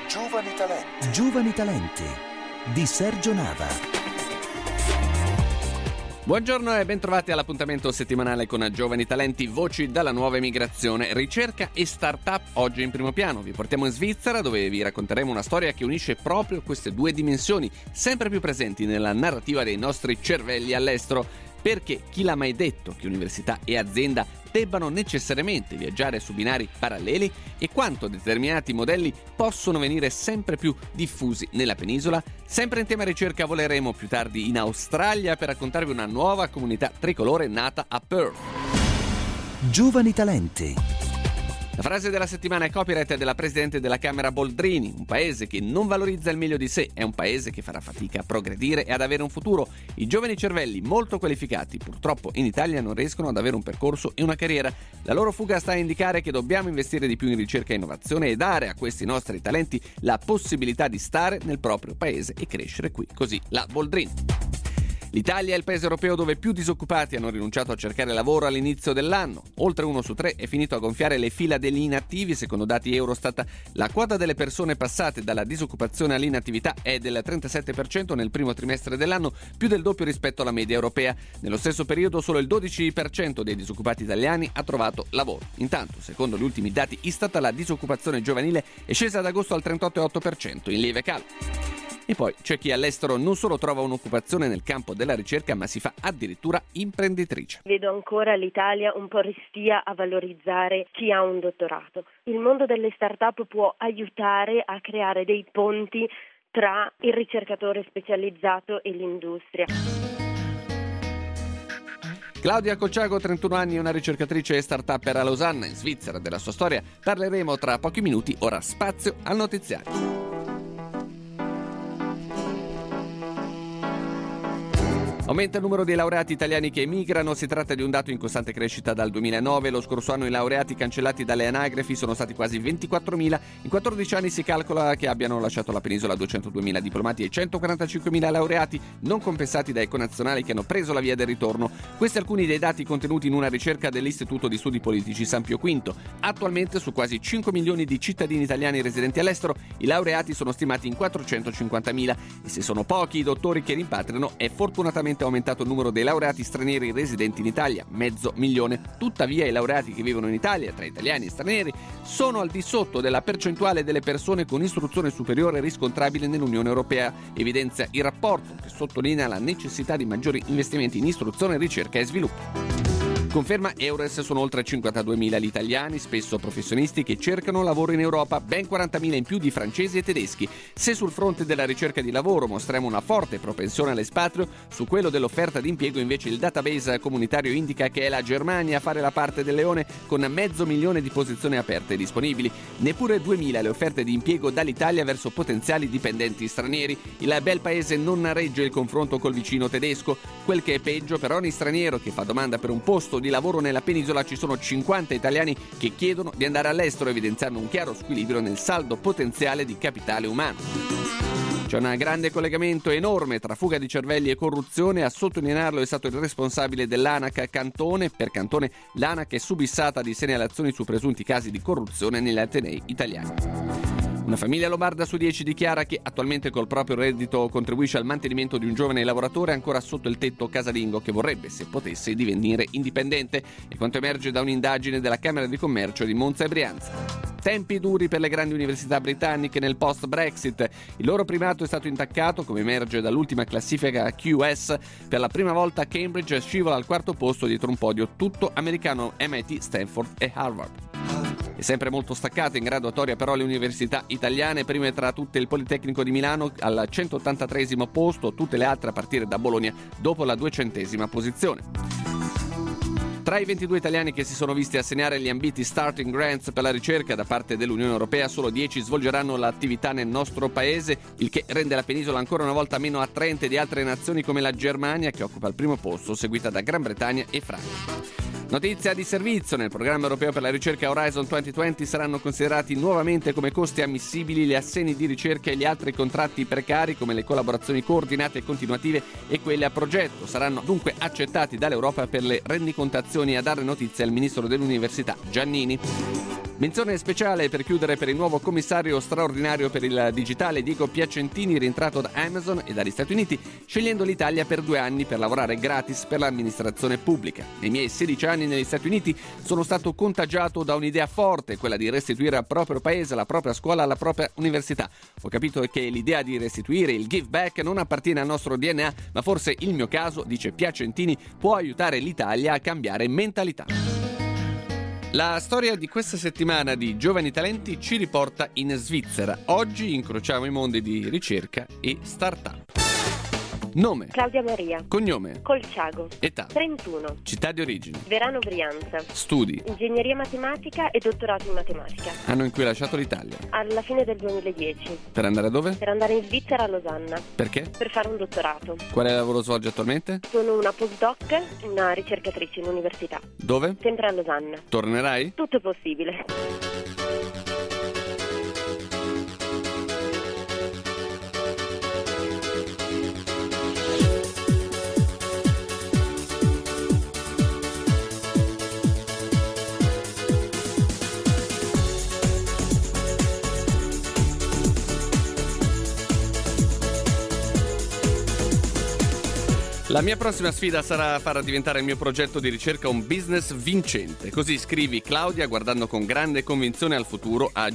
Giovani talenti. Giovani talenti di Sergio Nava. Buongiorno e bentrovati all'appuntamento settimanale con Giovani Talenti, voci dalla nuova emigrazione, ricerca e start-up. Oggi in primo piano vi portiamo in Svizzera, dove vi racconteremo una storia che unisce proprio queste due dimensioni, sempre più presenti nella narrativa dei nostri cervelli all'estero. Perché chi l'ha mai detto che università e azienda debbano necessariamente viaggiare su binari paralleli e quanto determinati modelli possono venire sempre più diffusi nella penisola? Sempre in tema ricerca voleremo più tardi in Australia per raccontarvi una nuova comunità tricolore nata a Perth. Giovani talenti. La frase della settimana è copyright della Presidente della Camera Boldrini. Un paese che non valorizza il meglio di sé è un paese che farà fatica a progredire e ad avere un futuro. I giovani cervelli molto qualificati purtroppo in Italia non riescono ad avere un percorso e una carriera. La loro fuga sta a indicare che dobbiamo investire di più in ricerca e innovazione e dare a questi nostri talenti la possibilità di stare nel proprio paese e crescere qui. Così la Boldrini. L'Italia è il paese europeo dove più disoccupati hanno rinunciato a cercare lavoro all'inizio dell'anno. Oltre 1 su 3 è finito a gonfiare le fila degli inattivi. Secondo dati Eurostat, la quota delle persone passate dalla disoccupazione all'inattività è del 37% nel primo trimestre dell'anno, più del doppio rispetto alla media europea. Nello stesso periodo solo il 12% dei disoccupati italiani ha trovato lavoro. Intanto, secondo gli ultimi dati Istat, la disoccupazione giovanile è scesa ad agosto al 38,8%, in lieve calo. E poi c'è chi all'estero non solo trova un'occupazione nel campo della ricerca, ma si fa addirittura imprenditrice. Vedo ancora l'Italia un po' restia a valorizzare chi ha un dottorato. Il mondo delle start-up può aiutare a creare dei ponti tra il ricercatore specializzato e l'industria. Claudia Cocciago, 31 anni, è una ricercatrice e start-upper a Losanna, in Svizzera. Della sua storia parleremo tra pochi minuti. Ora spazio al notiziario. Aumenta il numero dei laureati italiani che emigrano. Si tratta di un dato in costante crescita dal 2009. Lo scorso anno i laureati cancellati dalle anagrafi sono stati quasi 24.000. In 14 anni si calcola che abbiano lasciato la penisola 202.000 diplomati e 145.000 laureati non compensati dai connazionali che hanno preso la via del ritorno. Questi alcuni dei dati contenuti in una ricerca dell'Istituto di Studi Politici San Pio V. Attualmente su quasi 5 milioni di cittadini italiani residenti all'estero i laureati sono stimati in 450.000 e se sono pochi i dottori che rimpatriano è fortunatamente aumentato il numero dei laureati stranieri residenti in Italia, 500.000. Tuttavia i laureati che vivono in Italia, tra italiani e stranieri, sono al di sotto della percentuale delle persone con istruzione superiore riscontrabile nell'Unione Europea, evidenzia il rapporto che sottolinea la necessità di maggiori investimenti in istruzione, ricerca e sviluppo. Conferma Eures, sono oltre 52.000 gli italiani, spesso professionisti, che cercano lavoro in Europa, ben 40.000 in più di francesi e tedeschi. Se sul fronte della ricerca di lavoro mostriamo una forte propensione all'espatrio, su quello dell'offerta di impiego invece il database comunitario indica che è la Germania a fare la parte del leone con 500.000 di posizioni aperte e disponibili. Neppure 2.000 le offerte di impiego dall'Italia verso potenziali dipendenti stranieri. Il bel paese non regge il confronto col vicino tedesco. Quel che è peggio, per ogni straniero che fa domanda per un posto di lavoro nella penisola ci sono 50 italiani che chiedono di andare all'estero, evidenziando un chiaro squilibrio nel saldo potenziale di capitale umano. C'è un grande collegamento enorme tra fuga di cervelli e corruzione. A sottolinearlo è stato il responsabile dell'ANAC Cantone. Per Cantone l'ANAC è subissata di segnalazioni su presunti casi di corruzione negli atenei italiani. Una famiglia lombarda su 10 dichiara che attualmente col proprio reddito contribuisce al mantenimento di un giovane lavoratore ancora sotto il tetto casalingo che vorrebbe, se potesse, divenire indipendente. E quanto emerge da un'indagine della Camera di Commercio di Monza e Brianza. Tempi duri per le grandi università britanniche nel post-Brexit. Il loro primato è stato intaccato, come emerge dall'ultima classifica QS. Per la prima volta Cambridge scivola al quarto posto dietro un podio tutto americano MIT, Stanford e Harvard. È sempre molto staccata in graduatoria però le università italiane, prime tra tutte il Politecnico di Milano al 183° posto, tutte le altre a partire da Bologna dopo la 200ª posizione. Tra i 22 italiani che si sono visti assegnare gli ambiti Starting Grants per la ricerca da parte dell'Unione Europea, solo 10 svolgeranno l'attività nel nostro paese, il che rende la penisola ancora una volta meno attraente di altre nazioni come la Germania, che occupa il primo posto, seguita da Gran Bretagna e Francia. Notizia di servizio: nel programma europeo per la ricerca Horizon 2020 saranno considerati nuovamente come costi ammissibili gli assegni di ricerca e gli altri contratti precari come le collaborazioni coordinate e continuative e quelle a progetto. Saranno dunque accettati dall'Europa per le rendicontazioni. A dare notizia il ministro dell'Università Giannini. Menzione speciale per chiudere per il nuovo commissario straordinario per il digitale Diego Piacentini, rientrato da Amazon e dagli Stati Uniti, scegliendo l'Italia per 2 anni per lavorare gratis per l'amministrazione pubblica. Nei miei 16 anni negli Stati Uniti sono stato contagiato da un'idea forte, quella di restituire al proprio paese, alla propria scuola, alla propria università. Ho capito che l'idea di restituire, il give back, non appartiene al nostro DNA, ma forse il mio caso, dice Piacentini, può aiutare l'Italia a cambiare mentalità. La storia di questa settimana di Giovani Talenti ci riporta in Svizzera. Oggi incrociamo i mondi di ricerca e start-up. Nome: Claudia Maria. Cognome: Colciago. Età: 31. Città di origine: Verano Brianza. Studi: Ingegneria matematica e dottorato in matematica. Anno in cui hai lasciato l'Italia. Alla fine del 2010. Per andare dove? Per andare in Svizzera, a Losanna. Perché? Per fare un dottorato. Quale lavoro svolgi attualmente? Sono una postdoc, una ricercatrice in università. Dove? Sempre a Losanna. Tornerai? Tutto è possibile. La mia prossima sfida sarà far diventare il mio progetto di ricerca un business vincente. Così scrivi, Claudia, guardando con grande convinzione al futuro a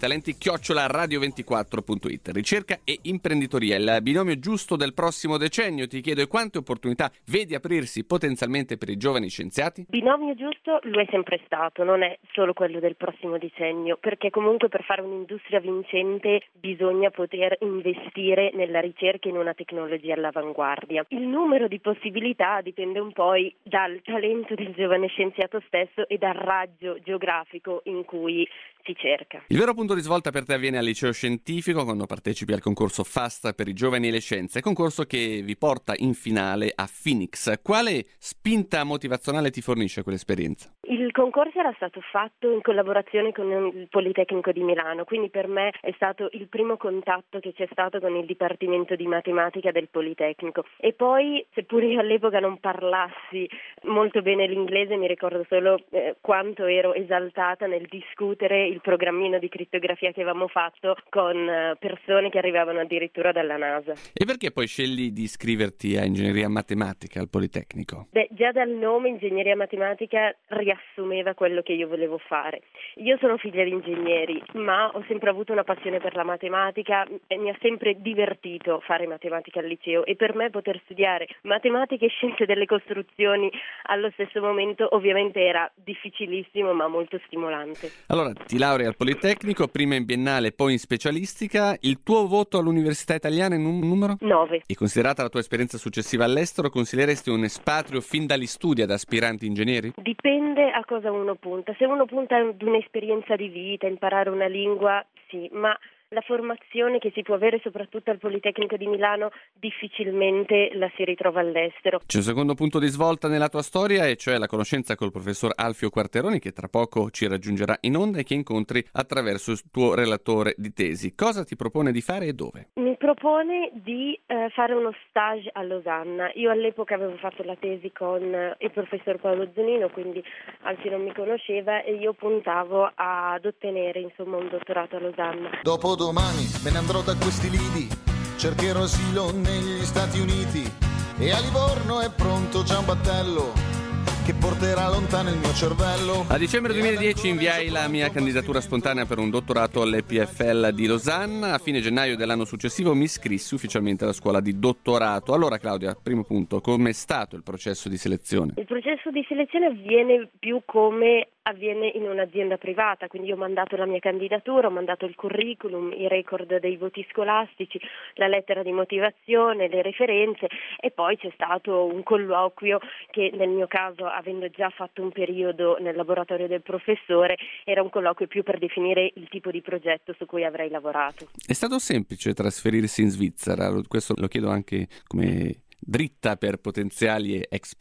giovanitalenti@radio24.it. Ricerca e imprenditoria, il binomio giusto del prossimo decennio. Ti chiedo, quante opportunità vedi aprirsi potenzialmente per i giovani scienziati? Binomio giusto lo è sempre stato, non è solo quello del prossimo decennio, perché comunque per fare un'industria vincente bisogna poter investire nella ricerca in una tecnologia all'avanguardia. Il numero di possibilità dipende un po' dal talento del giovane scienziato stesso e dal raggio geografico in cui si cerca. Il vero punto di svolta per te avviene al liceo scientifico, quando partecipi al concorso FAST per i giovani e le scienze, concorso che vi porta in finale a Phoenix. Quale spinta motivazionale ti fornisce quell'esperienza? Il concorso era stato fatto in collaborazione con il Politecnico di Milano, quindi per me è stato il primo contatto che c'è stato con il Dipartimento di Matematica del Politecnico. E poi, seppure io all'epoca non parlassi molto bene l'inglese, mi ricordo solo quanto ero esaltata nel discutere il programmino di crittografia che avevamo fatto con persone che arrivavano addirittura dalla NASA. E perché poi scegli di iscriverti a ingegneria matematica al Politecnico? Già dal nome ingegneria matematica riassumeva quello che io volevo fare. Io sono figlia di ingegneri, ma ho sempre avuto una passione per la matematica e mi ha sempre divertito fare matematica al liceo, e per me poter studiare matematica e scienze delle costruzioni allo stesso momento ovviamente era difficilissimo ma molto stimolante. Allora, ti laurei al Politecnico, prima in biennale, poi in specialistica. Il tuo voto all'università italiana in un numero? 9. E considerata la tua esperienza successiva all'estero, consiglieresti un espatrio fin dagli studi ad aspiranti ingegneri? Dipende a cosa uno punta. Se uno punta ad un'esperienza di vita, imparare una lingua, sì, ma la formazione che si può avere soprattutto al Politecnico di Milano difficilmente la si ritrova all'estero. C'è un secondo punto di svolta nella tua storia, e cioè la conoscenza col professor Alfio Quarteroni, che tra poco ci raggiungerà in onda e che incontri attraverso il tuo relatore di tesi. Cosa ti propone di fare e dove? Mi propone di fare uno stage a Losanna. Io all'epoca avevo fatto la tesi con il professor Paolo Zunino, quindi Alfio non mi conosceva e io puntavo ad ottenere un dottorato a Losanna. Dopodomani me ne andrò da questi lidi, cercherò asilo negli Stati Uniti e a Livorno è pronto già un battello che porterà lontano il mio cervello. A dicembre 2010 inviai la mia candidatura spontanea per un dottorato all'EPFL di Losanna. A fine gennaio dell'anno successivo mi iscrissi ufficialmente alla scuola di dottorato. Allora, Claudia, primo punto, com'è stato il processo di selezione? Il processo di selezione avviene più come avviene in un'azienda privata, quindi io ho mandato la mia candidatura, ho mandato il curriculum, i record dei voti scolastici, la lettera di motivazione, le referenze, e poi c'è stato un colloquio che nel mio caso, avendo già fatto un periodo nel laboratorio del professore, era un colloquio più per definire il tipo di progetto su cui avrei lavorato. È stato semplice trasferirsi in Svizzera? Questo lo chiedo anche come dritta per potenziali expat.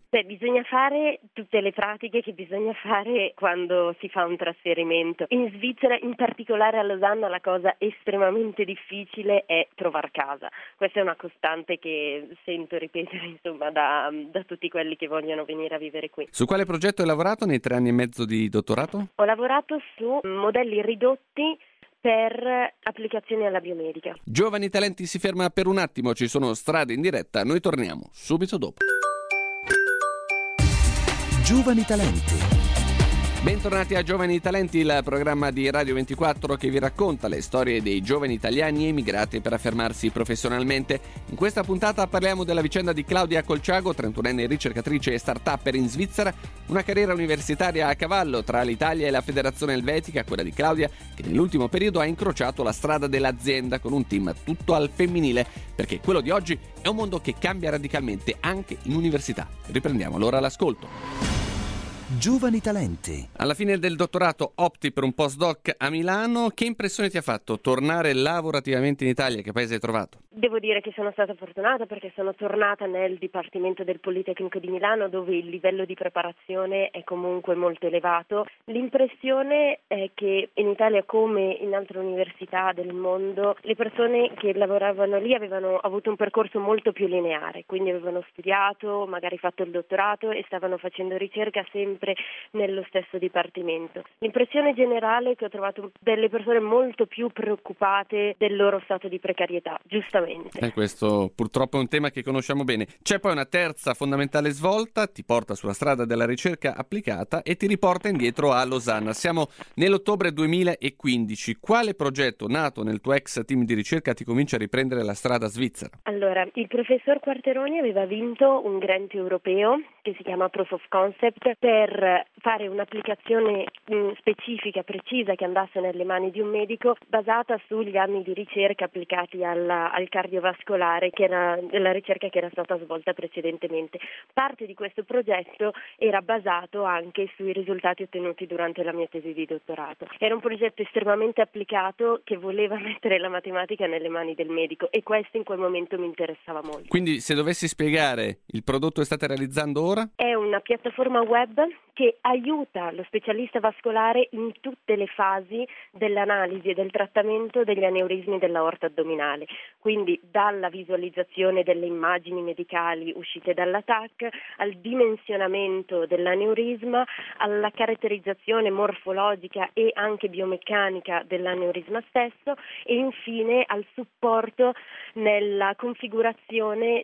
Bisogna fare tutte le pratiche che bisogna fare quando si fa un trasferimento. In Svizzera, in particolare a Losanna, la cosa estremamente difficile è trovare casa. Questa è una costante che sento ripetere, insomma, da tutti quelli che vogliono venire a vivere qui. Su quale progetto hai lavorato nei 3 anni e mezzo di dottorato? Ho lavorato su modelli ridotti per applicazioni alla biomedica. Giovani Talenti si ferma per un attimo, ci sono strade in diretta, noi torniamo subito dopo. Giovani Talenti. Bentornati a Giovani Talenti, il programma di Radio 24 che vi racconta le storie dei giovani italiani emigrati per affermarsi professionalmente. In questa puntata parliamo della vicenda di Claudia Colciago, 31enne ricercatrice e start-upper in Svizzera, una carriera universitaria a cavallo tra l'Italia e la Federazione Elvetica, quella di Claudia, che nell'ultimo periodo ha incrociato la strada dell'azienda con un team tutto al femminile, perché quello di oggi è un mondo che cambia radicalmente anche in università. Riprendiamo allora l'ascolto. Giovani Talenti. Alla fine del dottorato opti per un postdoc a Milano. Che impressione ti ha fatto tornare lavorativamente in Italia? Che paese hai trovato? Devo dire che sono stata fortunata perché sono tornata nel Dipartimento del Politecnico di Milano, dove il livello di preparazione è comunque molto elevato. L'impressione è che in Italia, come in altre università del mondo, le persone che lavoravano lì avevano avuto un percorso molto più lineare, quindi avevano studiato, magari fatto il dottorato e stavano facendo ricerca sempre nello stesso dipartimento. L'impressione generale è che ho trovato delle persone molto più preoccupate del loro stato di precarietà, giustamente. Questo purtroppo è un tema che conosciamo bene. C'è poi una terza fondamentale svolta, ti porta sulla strada della ricerca applicata e ti riporta indietro a Losanna. Siamo nell'ottobre 2015. Quale progetto nato nel tuo ex team di ricerca ti convince a riprendere la strada svizzera? Allora, il professor Quarteroni aveva vinto un grant europeo che si chiama Proof of Concept per fare un'applicazione specifica, precisa, che andasse nelle mani di un medico, basata sugli anni di ricerca applicati al cardiovascolare, che era la ricerca che era stata svolta precedentemente. Parte di questo progetto era basato anche sui risultati ottenuti durante la mia tesi di dottorato. Era un progetto estremamente applicato che voleva mettere la matematica nelle mani del medico, e questo in quel momento mi interessava molto. Quindi, se dovessi spiegare il prodotto che state realizzando ora? È una piattaforma web che aiuta lo specialista vascolare in tutte le fasi dell'analisi e del trattamento degli aneurismi dell'aorta addominale, quindi dalla visualizzazione delle immagini medicali uscite dalla TAC al dimensionamento dell'aneurisma, alla caratterizzazione morfologica e anche biomeccanica dell'aneurisma stesso, e infine al supporto nella configurazione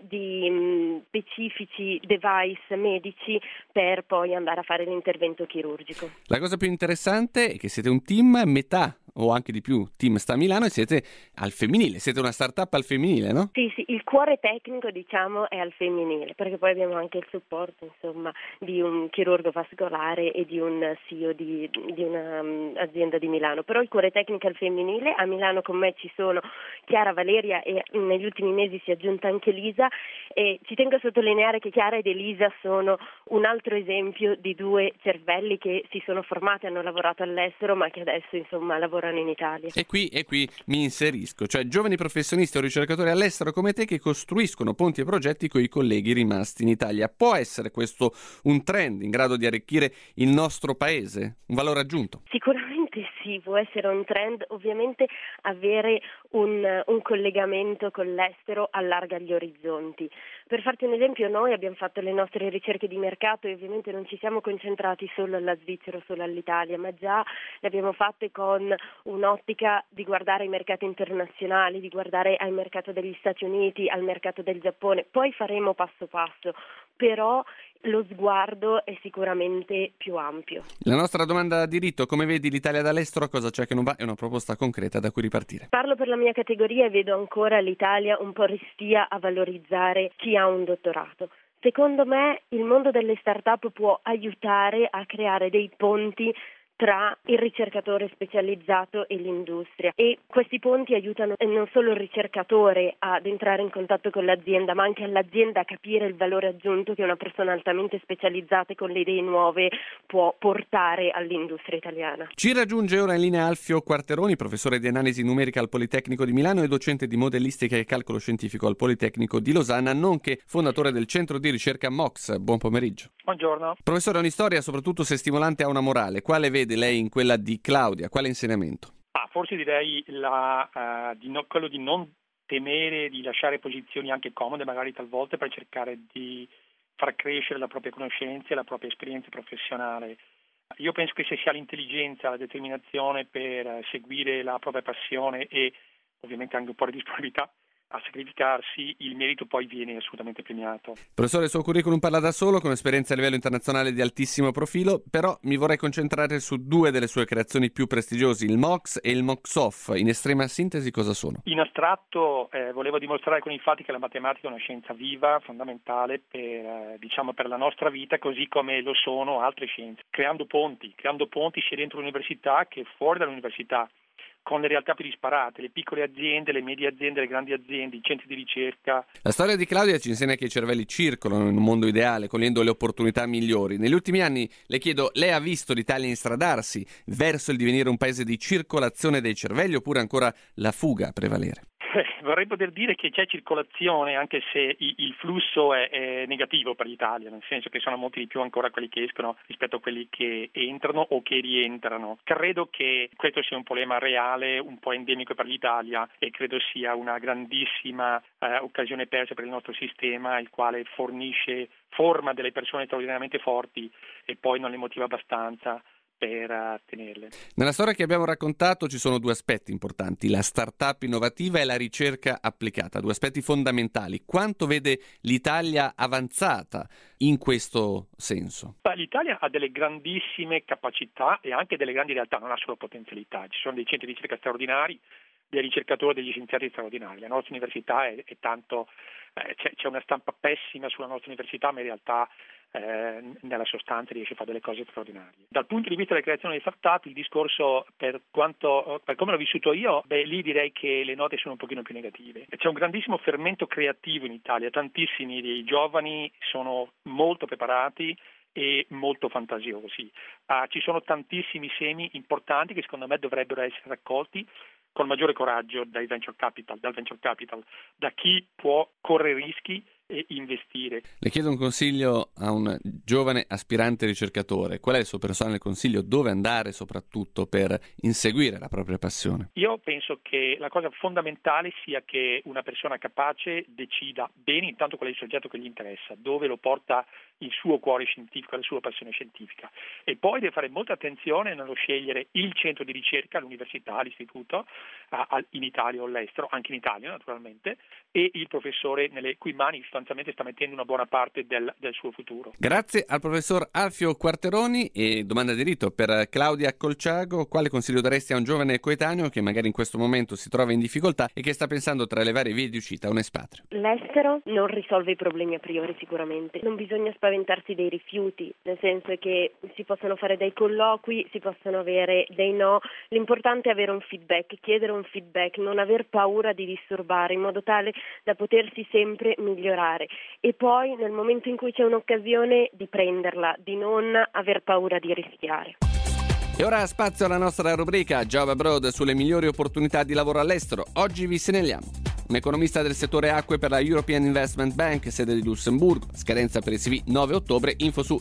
di specifici device medici per poi andare a fare l'intervento chirurgico. La cosa più interessante è che siete un team, metà o anche di più team sta a Milano, e siete al femminile, siete una startup al femminile, no? Sì, il cuore tecnico, diciamo, è al femminile, perché poi abbiamo anche il supporto, insomma, di un chirurgo vascolare e di un CEO di un'azienda di Milano, però il cuore tecnico è al femminile. A Milano con me ci sono Chiara, Valeria e negli ultimi mesi si è aggiunta anche Elisa, e ci tengo a sottolineare che Chiara ed Elisa sono un altro esempio di due cervelli che si sono formati, hanno lavorato all'estero, ma che adesso, insomma, lavorano in Italia. E qui mi inserisco, cioè giovani professionisti o ricercatori all'estero come te che costruiscono ponti e progetti con i colleghi rimasti in Italia. Può essere questo un trend in grado di arricchire il nostro paese? Un valore aggiunto? Sicuramente sì, può essere un trend. Ovviamente avere un collegamento con l'estero allarga gli orizzonti. Per farti un esempio, noi abbiamo fatto le nostre ricerche di mercato e ovviamente non ci siamo concentrati solo alla Svizzera o solo all'Italia, ma già le abbiamo fatte con un'ottica di guardare ai mercati internazionali, di guardare al mercato degli Stati Uniti, al mercato del Giappone. Poi faremo passo passo, però lo sguardo è sicuramente più ampio. La nostra domanda di rito: come vedi l'Italia dall'estero? Cosa c'è che non va? È una proposta concreta da cui ripartire. Parlo per la mia categoria e vedo ancora l'Italia un po' restia a valorizzare chi ha un dottorato. Secondo me il mondo delle start-up può aiutare a creare dei ponti tra il ricercatore specializzato e l'industria, e questi ponti aiutano non solo il ricercatore ad entrare in contatto con l'azienda, ma anche all'azienda a capire il valore aggiunto che una persona altamente specializzata e con le idee nuove può portare all'industria italiana. Ci raggiunge ora in linea Alfio Quarteroni, professore di analisi numerica al Politecnico di Milano e docente di modellistica e calcolo scientifico al Politecnico di Losanna, nonché fondatore del centro di ricerca MOX. Buon pomeriggio. Buongiorno. Professore, ogni storia, soprattutto se stimolante, ha una morale. Quale vede lei in quella di Claudia? Quale insegnamento? Forse direi quello di non temere di lasciare posizioni anche comode, magari talvolta, per cercare di far crescere la propria conoscenza e la propria esperienza professionale. Io penso che se si ha l'intelligenza, la determinazione per seguire la propria passione e ovviamente anche un po' di disponibilità a sacrificarsi, il merito poi viene assolutamente premiato. Professore, il suo curriculum parla da solo, con esperienze a livello internazionale di altissimo profilo, però mi vorrei concentrare su due delle sue creazioni più prestigiosi, il MOX e il MOXOF. In estrema sintesi cosa sono? In astratto volevo dimostrare con i fatti che la matematica è una scienza viva, fondamentale per la nostra vita, così come lo sono altre scienze, creando ponti sia dentro l'università che fuori dall'università, con le realtà più disparate, le piccole aziende, le medie aziende, le grandi aziende, i centri di ricerca. La storia di Claudia ci insegna che i cervelli circolano in un mondo ideale, cogliendo le opportunità migliori. Negli ultimi anni, le chiedo, lei ha visto l'Italia instradarsi verso il divenire un paese di circolazione dei cervelli, oppure ancora la fuga a prevalere? Vorrei poter dire che c'è circolazione, anche se il flusso è negativo per l'Italia, nel senso che sono molti di più ancora quelli che escono rispetto a quelli che entrano o che rientrano. Credo che questo sia un problema reale, un po' endemico per l'Italia, e credo sia una grandissima occasione persa per il nostro sistema, il quale forma delle persone straordinariamente forti e poi non le motiva abbastanza per tenerle. Nella storia che abbiamo raccontato ci sono due aspetti importanti, la startup innovativa e la ricerca applicata, due aspetti fondamentali. Quanto vede l'Italia avanzata in questo senso? L'Italia ha delle grandissime capacità e anche delle grandi realtà, non ha solo potenzialità. Ci sono dei centri di ricerca straordinari, dei ricercatori, degli scienziati straordinari. La nostra università è tanto c'è una stampa pessima sulla nostra università, ma in realtà nella sostanza riesce a fare delle cose straordinarie. Dal punto di vista della creazione di startup, il discorso per come l'ho vissuto io, lì direi che le note sono un pochino più negative. C'è un grandissimo fermento creativo in Italia, tantissimi dei giovani sono molto preparati e molto fantasiosi. Ci sono tantissimi semi importanti che secondo me dovrebbero essere raccolti con maggiore coraggio dal venture capital, da chi può correre rischi e investire. Le chiedo un consiglio a un giovane aspirante ricercatore. Qual è il suo personale consiglio? Dove andare soprattutto per inseguire la propria passione? Io penso che la cosa fondamentale sia che una persona capace decida bene intanto qual è il soggetto che gli interessa, dove lo porta il suo cuore scientifico, la sua passione scientifica, e poi deve fare molta attenzione nello scegliere il centro di ricerca, l'università, l'istituto in Italia o all'estero, anche in Italia naturalmente, e il professore nelle cui mani sostanzialmente sta mettendo una buona parte del suo futuro. Grazie al professor Alfio Quarteroni. E domanda di rito per Claudia Colciago: quale consiglio daresti a un giovane coetaneo che magari in questo momento si trova in difficoltà e che sta pensando tra le varie vie di uscita a un espatrio? L'estero non risolve i problemi a priori sicuramente, non bisogna spaventarsi dei rifiuti, nel senso che si possono fare dei colloqui, si possono avere dei no, l'importante è avere un feedback, chiedere un feedback, non aver paura di disturbare, in modo tale da potersi sempre migliorare, e poi nel momento in cui c'è un'occasione di prenderla, di non aver paura di rischiare. E ora spazio alla nostra rubrica Job Abroad sulle migliori opportunità di lavoro all'estero. Oggi vi segnaliamo un economista del settore acque per la European Investment Bank, sede di Lussemburgo, scadenza per il CV 9 ottobre, info su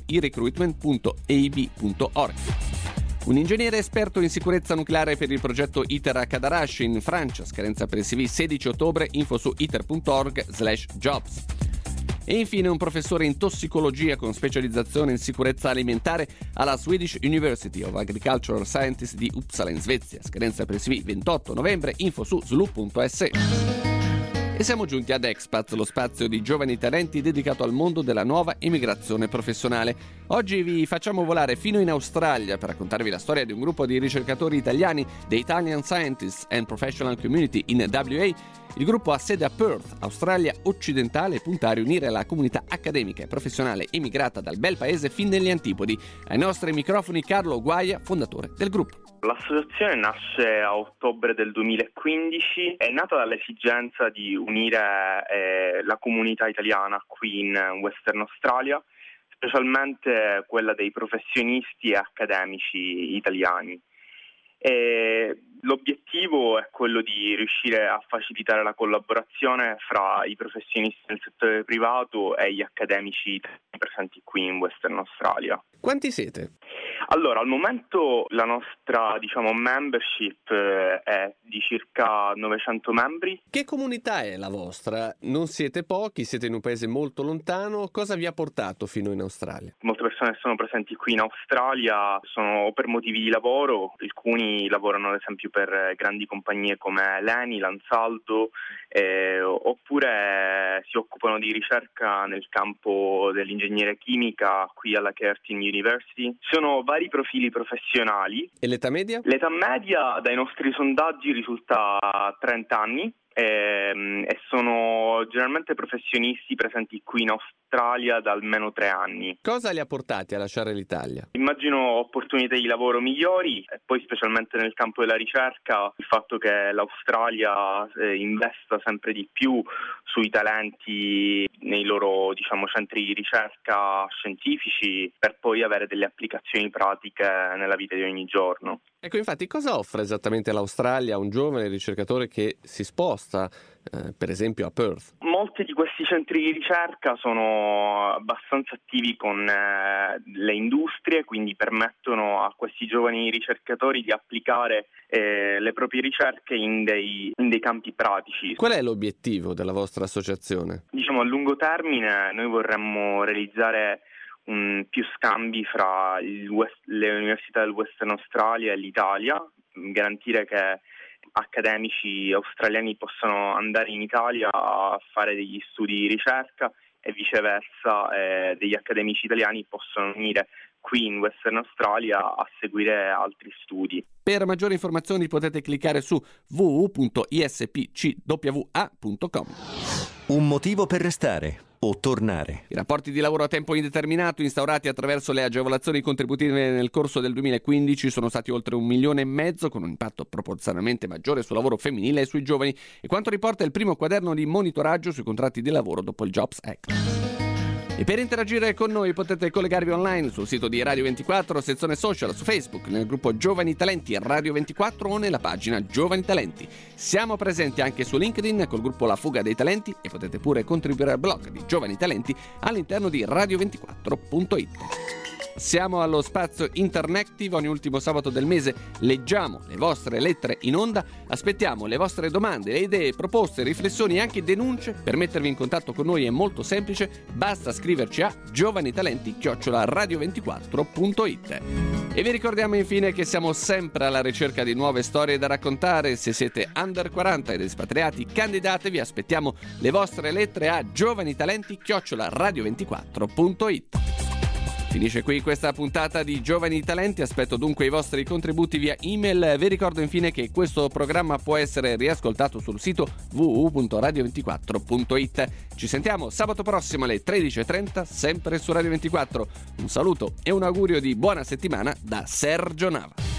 irecruitment.eib.org. Un ingegnere esperto in sicurezza nucleare per il progetto ITER a Cadarache in Francia, scadenza per il CV 16 ottobre, info su iter.org/jobs. E infine un professore in tossicologia con specializzazione in sicurezza alimentare alla Swedish University of Agricultural Sciences di Uppsala in Svezia, scadenza per il CV 28 novembre, info su slu.se. E siamo giunti ad Expats, lo spazio di giovani talenti dedicato al mondo della nuova immigrazione professionale. Oggi vi facciamo volare fino in Australia per raccontarvi la storia di un gruppo di ricercatori italiani, The Italian Scientists and Professional Community in WA. Il gruppo ha sede a Perth, Australia occidentale, e punta a riunire la comunità accademica e professionale immigrata dal bel paese fin negli antipodi. Ai nostri microfoni Carlo Guaia, fondatore del gruppo. L'associazione nasce a ottobre del 2015, è nata dall'esigenza di unire la comunità italiana qui in Western Australia, specialmente quella dei professionisti e accademici italiani. L'obiettivo è quello di riuscire a facilitare la collaborazione fra i professionisti del settore privato e gli accademici presenti qui in Western Australia. Quanti siete? Allora, al momento la nostra, membership è di circa 900 membri. Che comunità è la vostra? Non siete pochi, siete in un paese molto lontano. Cosa vi ha portato fino in Australia? Molte persone che sono presenti qui in Australia sono per motivi di lavoro, alcuni lavorano ad esempio per grandi compagnie come l'ENI, l'Ansaldo, oppure si occupano di ricerca nel campo dell'ingegneria chimica qui alla Curtin University. Sono vari profili professionali. E l'età media? L'età media dai nostri sondaggi risulta 30 anni. E sono generalmente professionisti presenti qui in Australia da almeno 3 anni. Cosa li ha portati a lasciare l'Italia? Immagino opportunità di lavoro migliori e poi specialmente nel campo della ricerca il fatto che l'Australia investa sempre di più sui talenti nei loro centri di ricerca scientifici per poi avere delle applicazioni pratiche nella vita di ogni giorno. Ecco, infatti, cosa offre esattamente l'Australia a un giovane ricercatore che si sposta, per esempio, a Perth? Molti di questi centri di ricerca sono abbastanza attivi con le industrie, quindi permettono a questi giovani ricercatori di applicare le proprie ricerche in dei campi pratici. Qual è l'obiettivo della vostra associazione? A lungo termine noi vorremmo realizzare più scambi fra le università del Western Australia e l'Italia, garantire che accademici australiani possano andare in Italia a fare degli studi di ricerca e viceversa degli accademici italiani possono venire qui in Western Australia a seguire altri studi. Per maggiori informazioni potete cliccare su www.ispcwa.com. Un motivo per restare o tornare. I rapporti di lavoro a tempo indeterminato instaurati attraverso le agevolazioni contributive nel corso del 2015 sono stati oltre 1,5 milioni, con un impatto proporzionalmente maggiore sul lavoro femminile e sui giovani, e quanto riporta il primo quaderno di monitoraggio sui contratti di lavoro dopo il Jobs Act. E per interagire con noi potete collegarvi online sul sito di Radio 24, sezione social, su Facebook, nel gruppo Giovani Talenti Radio 24 o nella pagina Giovani Talenti. Siamo presenti anche su LinkedIn col gruppo La Fuga dei Talenti e potete pure contribuire al blog di Giovani Talenti all'interno di radio24.it. Siamo allo spazio Interactive, ogni ultimo sabato del mese leggiamo le vostre lettere in onda, aspettiamo le vostre domande, le idee, proposte, riflessioni e anche denunce. Per mettervi in contatto con noi è molto semplice, basta scriverci a giovanitalenti@radio24.it. E vi ricordiamo infine che siamo sempre alla ricerca di nuove storie da raccontare. Se siete under 40 ed espatriati, candidatevi, aspettiamo le vostre lettere a giovanitalenti@radio24.it. Finisce qui questa puntata di Giovani Talenti, aspetto dunque i vostri contributi via email. Vi ricordo infine che questo programma può essere riascoltato sul sito www.radio24.it. Ci sentiamo sabato prossimo alle 13:30, sempre su Radio 24. Un saluto e un augurio di buona settimana da Sergio Nava.